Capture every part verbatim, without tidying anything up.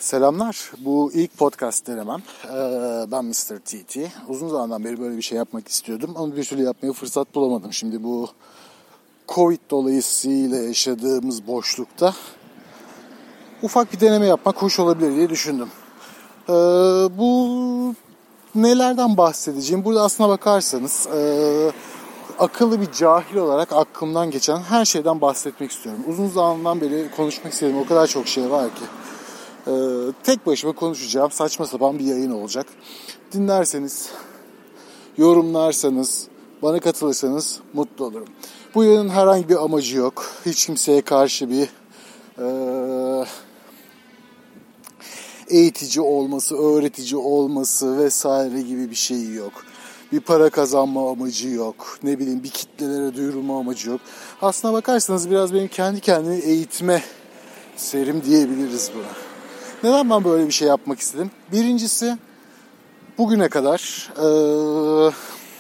Selamlar. Bu ilk podcast denemem. Ee, ben mister T T. Uzun zamandan beri böyle bir şey yapmak istiyordum ama bir türlü yapmaya fırsat bulamadım. Şimdi bu Covid dolayısıyla yaşadığımız boşlukta ufak bir deneme yapmak hoş olabilir diye düşündüm. Ee, bu nelerden bahsedeceğim? Burada aslına bakarsanız e, akıllı bir cahil olarak aklımdan geçen her şeyden bahsetmek istiyorum. Uzun zamandan beri konuşmak istediğim o kadar çok şey var ki. Ee, tek başıma konuşacağım saçma sapan bir yayın olacak. Dinlerseniz, yorumlarsanız, bana katılırsanız mutlu olurum. Bu yayının herhangi bir amacı yok. Hiç kimseye karşı bir e, eğitici olması, öğretici olması vesaire gibi bir şey yok. Bir para kazanma amacı yok. Ne bileyim bir kitlelere duyurulma amacı yok. Aslına bakarsanız biraz benim kendi kendimi eğitme serim diyebiliriz buna. Neden ben böyle bir şey yapmak istedim? Birincisi, bugüne kadar ee,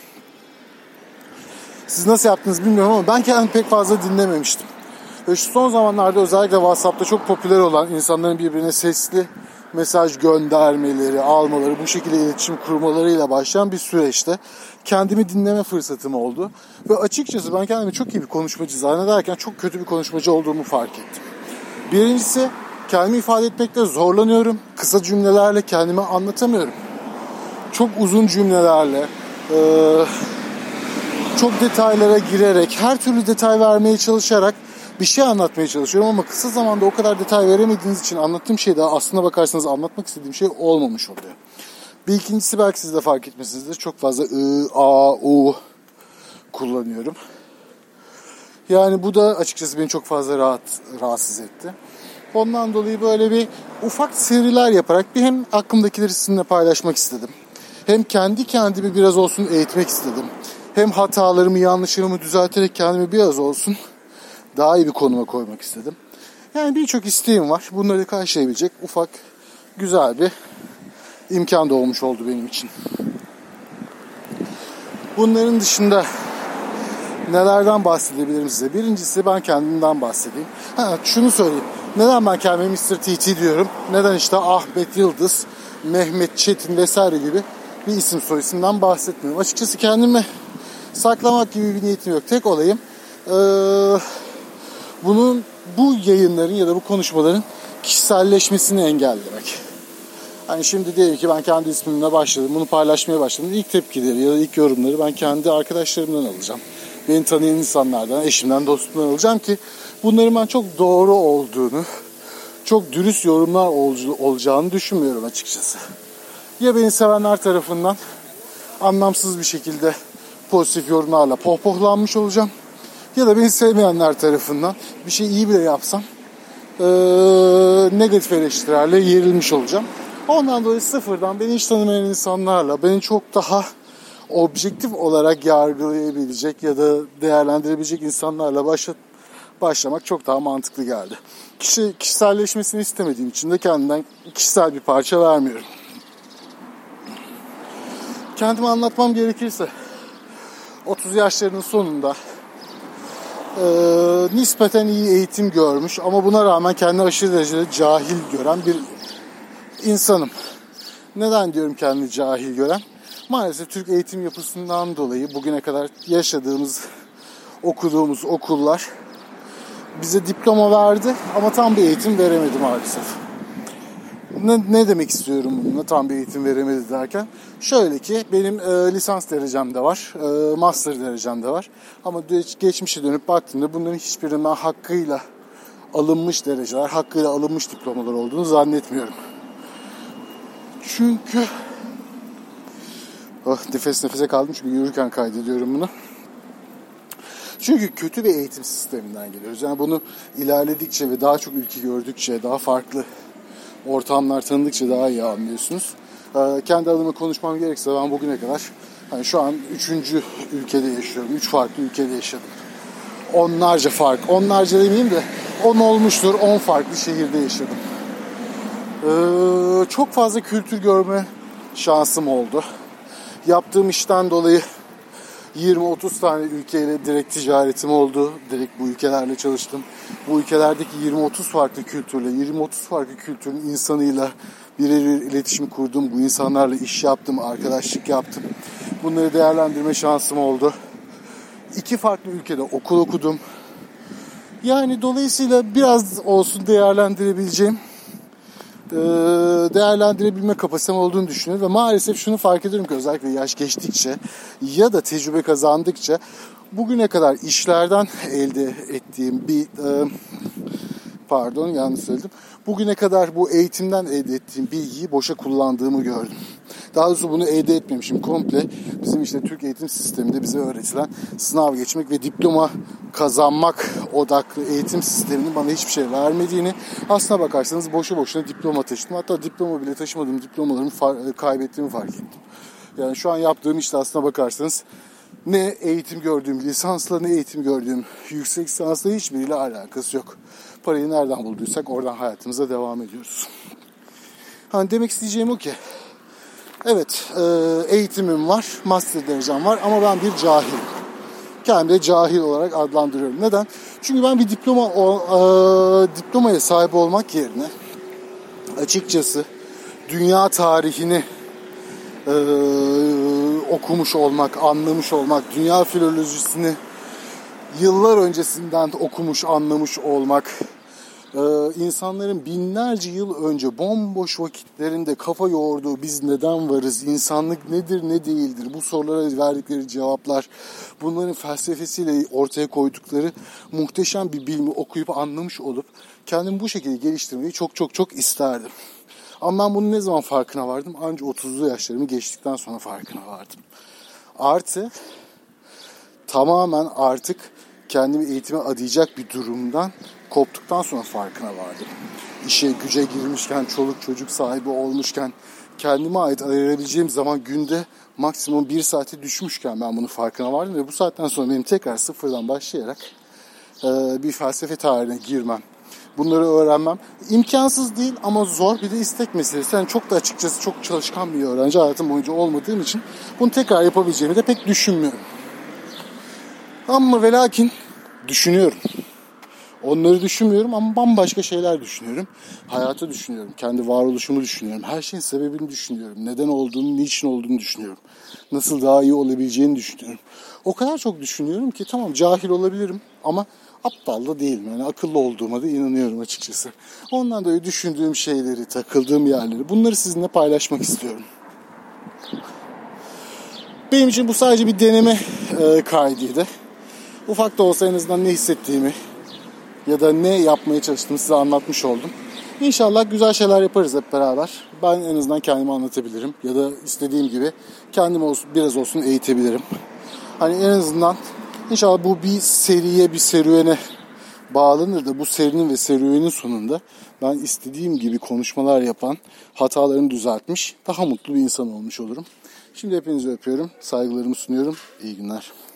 siz nasıl yaptınız bilmiyorum ama ben kendimi pek fazla dinlememiştim. Ve şu son zamanlarda özellikle WhatsApp'ta çok popüler olan insanların birbirine sesli mesaj göndermeleri, almaları, bu şekilde iletişim kurmalarıyla başlayan bir süreçte kendimi dinleme fırsatım oldu. Ve açıkçası ben kendimi çok iyi bir konuşmacı zannederken çok kötü bir konuşmacı olduğumu fark ettim. Birincisi, kendimi ifade etmekte zorlanıyorum. Kısa cümlelerle kendimi anlatamıyorum. Çok uzun cümlelerle, çok detaylara girerek, her türlü detay vermeye çalışarak bir şey anlatmaya çalışıyorum. Ama kısa zamanda o kadar detay veremediğiniz için anlattığım şey de aslına bakarsanız anlatmak istediğim şey olmamış oluyor. Bir ikincisi, belki siz de fark etmişsinizdir. Çok fazla ı, a, u kullanıyorum. Yani bu da açıkçası beni çok fazla rahat, rahatsız etti. Ondan dolayı böyle bir ufak seriler yaparak bir hem aklımdakileri sizinle paylaşmak istedim. Hem kendi kendimi biraz olsun eğitmek istedim. Hem hatalarımı, yanlışlarımı düzelterek kendimi biraz olsun daha iyi bir konuma koymak istedim. Yani birçok isteğim var. Bunları karşılayabilecek ufak, güzel bir imkan da olmuş oldu benim için. Bunların dışında nelerden bahsedebilirim size? Birincisi, ben kendimden bahsedeyim. Ha, şunu söyleyeyim. Neden ben kendime mister T T diyorum? Neden işte Ahmet Yıldız, Mehmet Çetin vesaire gibi bir isim soy isimden bahsetmiyorum. Açıkçası kendimi saklamak gibi bir niyetim yok. Tek olayım ee, bunun, bu yayınların ya da bu konuşmaların kişiselleşmesini engellemek. Hani şimdi diyelim ki ben kendi ismimle başladım, bunu paylaşmaya başladım. İlk tepkileri ya da ilk yorumları ben kendi arkadaşlarımdan alacağım. Beni tanıyan insanlardan, eşimden, dostumdan alacağım ki bunların ben çok doğru olduğunu, çok dürüst yorumlar olacağını düşünmüyorum açıkçası. Ya beni sevenler tarafından anlamsız bir şekilde pozitif yorumlarla pohpohlanmış olacağım. Ya da beni sevmeyenler tarafından bir şey iyi bile yapsam ee, negatif eleştirilerle yerilmiş olacağım. Ondan dolayı sıfırdan beni hiç tanımayan insanlarla, beni çok daha objektif olarak yargılayabilecek ya da değerlendirebilecek insanlarla başla, başlamak çok daha mantıklı geldi. Kişi, kişiselleşmesini istemediğim için de kendimden kişisel bir parça vermiyorum. Kendimi anlatmam gerekirse otuz yaşlarının sonunda e, nispeten iyi eğitim görmüş ama buna rağmen kendini aşırı derecede cahil gören bir insanım. Neden diyorum kendini cahil gören? Maalesef Türk eğitim yapısından dolayı bugüne kadar yaşadığımız, okuduğumuz okullar bize diploma verdi ama tam bir eğitim veremedi maalesef. Ne, ne demek istiyorum bununla tam bir eğitim veremedi derken? Şöyle ki benim e, lisans derecem de var, e, master derecem de var. Ama geçmişe dönüp baktığımda bunların hiçbirinden hakkıyla alınmış dereceler, hakkıyla alınmış diplomalar olduğunu zannetmiyorum. Çünkü oh, nefes nefese kaldım çünkü yürürken kaydediyorum bunu. Çünkü kötü bir eğitim sisteminden geliyoruz. Yani bunu ilerledikçe ve daha çok ülke gördükçe, daha farklı ortamlar tanıdıkça daha iyi anlıyorsunuz. Ee, kendi adıma konuşmam gerekirse ben bugüne kadar hani şu an üçüncü ülkede yaşıyorum. Üç farklı ülkede yaşadım. Onlarca fark, onlarca demeyeyim de on olmuştur, on farklı şehirde yaşadım. Ee, çok fazla kültür görme şansım oldu. Yaptığım işten dolayı yirmi otuz tane ülkeyle direkt ticaretim oldu. Direkt bu ülkelerle çalıştım. Bu ülkelerdeki yirmi otuz farklı kültürle, yirmi otuz farklı kültürün insanıyla birebir iletişim kurdum. Bu insanlarla iş yaptım, arkadaşlık yaptım. Bunları değerlendirme şansım oldu. İki farklı ülkede okul okudum. Yani dolayısıyla biraz olsun değerlendirebileceğim, değerlendirebilme kapasitem olduğunu düşünüyorum. Ve maalesef şunu fark ediyorum ki özellikle yaş geçtikçe ya da tecrübe kazandıkça bugüne kadar işlerden elde ettiğim bir... Pardon yanlış söyledim. Bugüne kadar bu eğitimden elde ettiğim bilgiyi boşa kullandığımı gördüm. Daha doğrusu bunu elde etmemişim. Komple bizim işte Türk eğitim sisteminde bize öğretilen sınav geçmek ve diploma kazanmak odaklı eğitim sisteminin bana hiçbir şey vermediğini, aslına bakarsanız boşu boşuna diploma taşıdım. Hatta diploma bile taşımadığım diplomalarımı far- kaybettiğimi fark ettim. Yani şu an yaptığım işte aslına bakarsanız ne eğitim gördüğüm lisansla ne eğitim gördüğüm yüksek lisansla hiçbiriyle alakası yok. Parayı nereden bulduysak oradan hayatımıza devam ediyoruz. Hani demek isteyeceğim o ki, evet eğitimim var, master derecem var ama ben bir cahilim. Kendimi de cahil olarak adlandırıyorum. Neden? Çünkü ben bir diploma o, e, diplomaya sahip olmak yerine açıkçası dünya tarihini e, okumuş olmak, anlamış olmak, dünya filolojisini yıllar öncesinden okumuş, anlamış olmak, Ee, insanların binlerce yıl önce bomboş vakitlerinde kafa yoğurduğu biz neden varız, insanlık nedir ne değildir, bu sorulara verdikleri cevaplar, bunların felsefesiyle ortaya koydukları muhteşem bir bilimi okuyup anlamış olup kendimi bu şekilde geliştirmeyi çok çok çok isterdim. Ama ben bunun ne zaman farkına vardım? Anca otuzlu yaşlarımı geçtikten sonra farkına vardım. Artı tamamen artık kendimi eğitime adayacak bir durumdan koptuktan sonra farkına vardım. İşe güce girmişken, çoluk çocuk sahibi olmuşken, kendime ait ayırabileceğim zaman günde maksimum bir saate düşmüşken ben bunun farkına vardım. Ve bu saatten sonra benim tekrar sıfırdan başlayarak e, bir felsefe tarihine girmem, bunları öğrenmem imkansız değil ama zor, bir de istek meselesi. Yani çok da açıkçası çok çalışkan bir öğrenci hayatım boyunca olmadığım için bunu tekrar yapabileceğimi de pek düşünmüyorum. Ama ve lakin düşünüyorum. Onları düşünmüyorum ama bambaşka şeyler düşünüyorum. Hayatı düşünüyorum. Kendi varoluşumu düşünüyorum. Her şeyin sebebini düşünüyorum. Neden olduğunu, niçin olduğunu düşünüyorum. Nasıl daha iyi olabileceğini düşünüyorum. O kadar çok düşünüyorum ki tamam cahil olabilirim ama aptal da değilim. Yani akıllı olduğuma da inanıyorum açıkçası. Ondan dolayı düşündüğüm şeyleri, takıldığım yerleri, bunları sizinle paylaşmak istiyorum. Benim için bu sadece bir deneme e, kaydıydı. Ufak da olsa en azından ne hissettiğimi ya da ne yapmaya çalıştığımı size anlatmış oldum. İnşallah güzel şeyler yaparız hep beraber. Ben en azından kendimi anlatabilirim. Ya da istediğim gibi kendimi olsun, biraz olsun eğitebilirim. Hani en azından inşallah bu bir seriye, bir serüvene bağlanır da bu serinin ve serüvenin sonunda ben istediğim gibi konuşmalar yapan, hatalarını düzeltmiş, daha mutlu bir insan olmuş olurum. Şimdi hepinizi öpüyorum. Saygılarımı sunuyorum. İyi günler.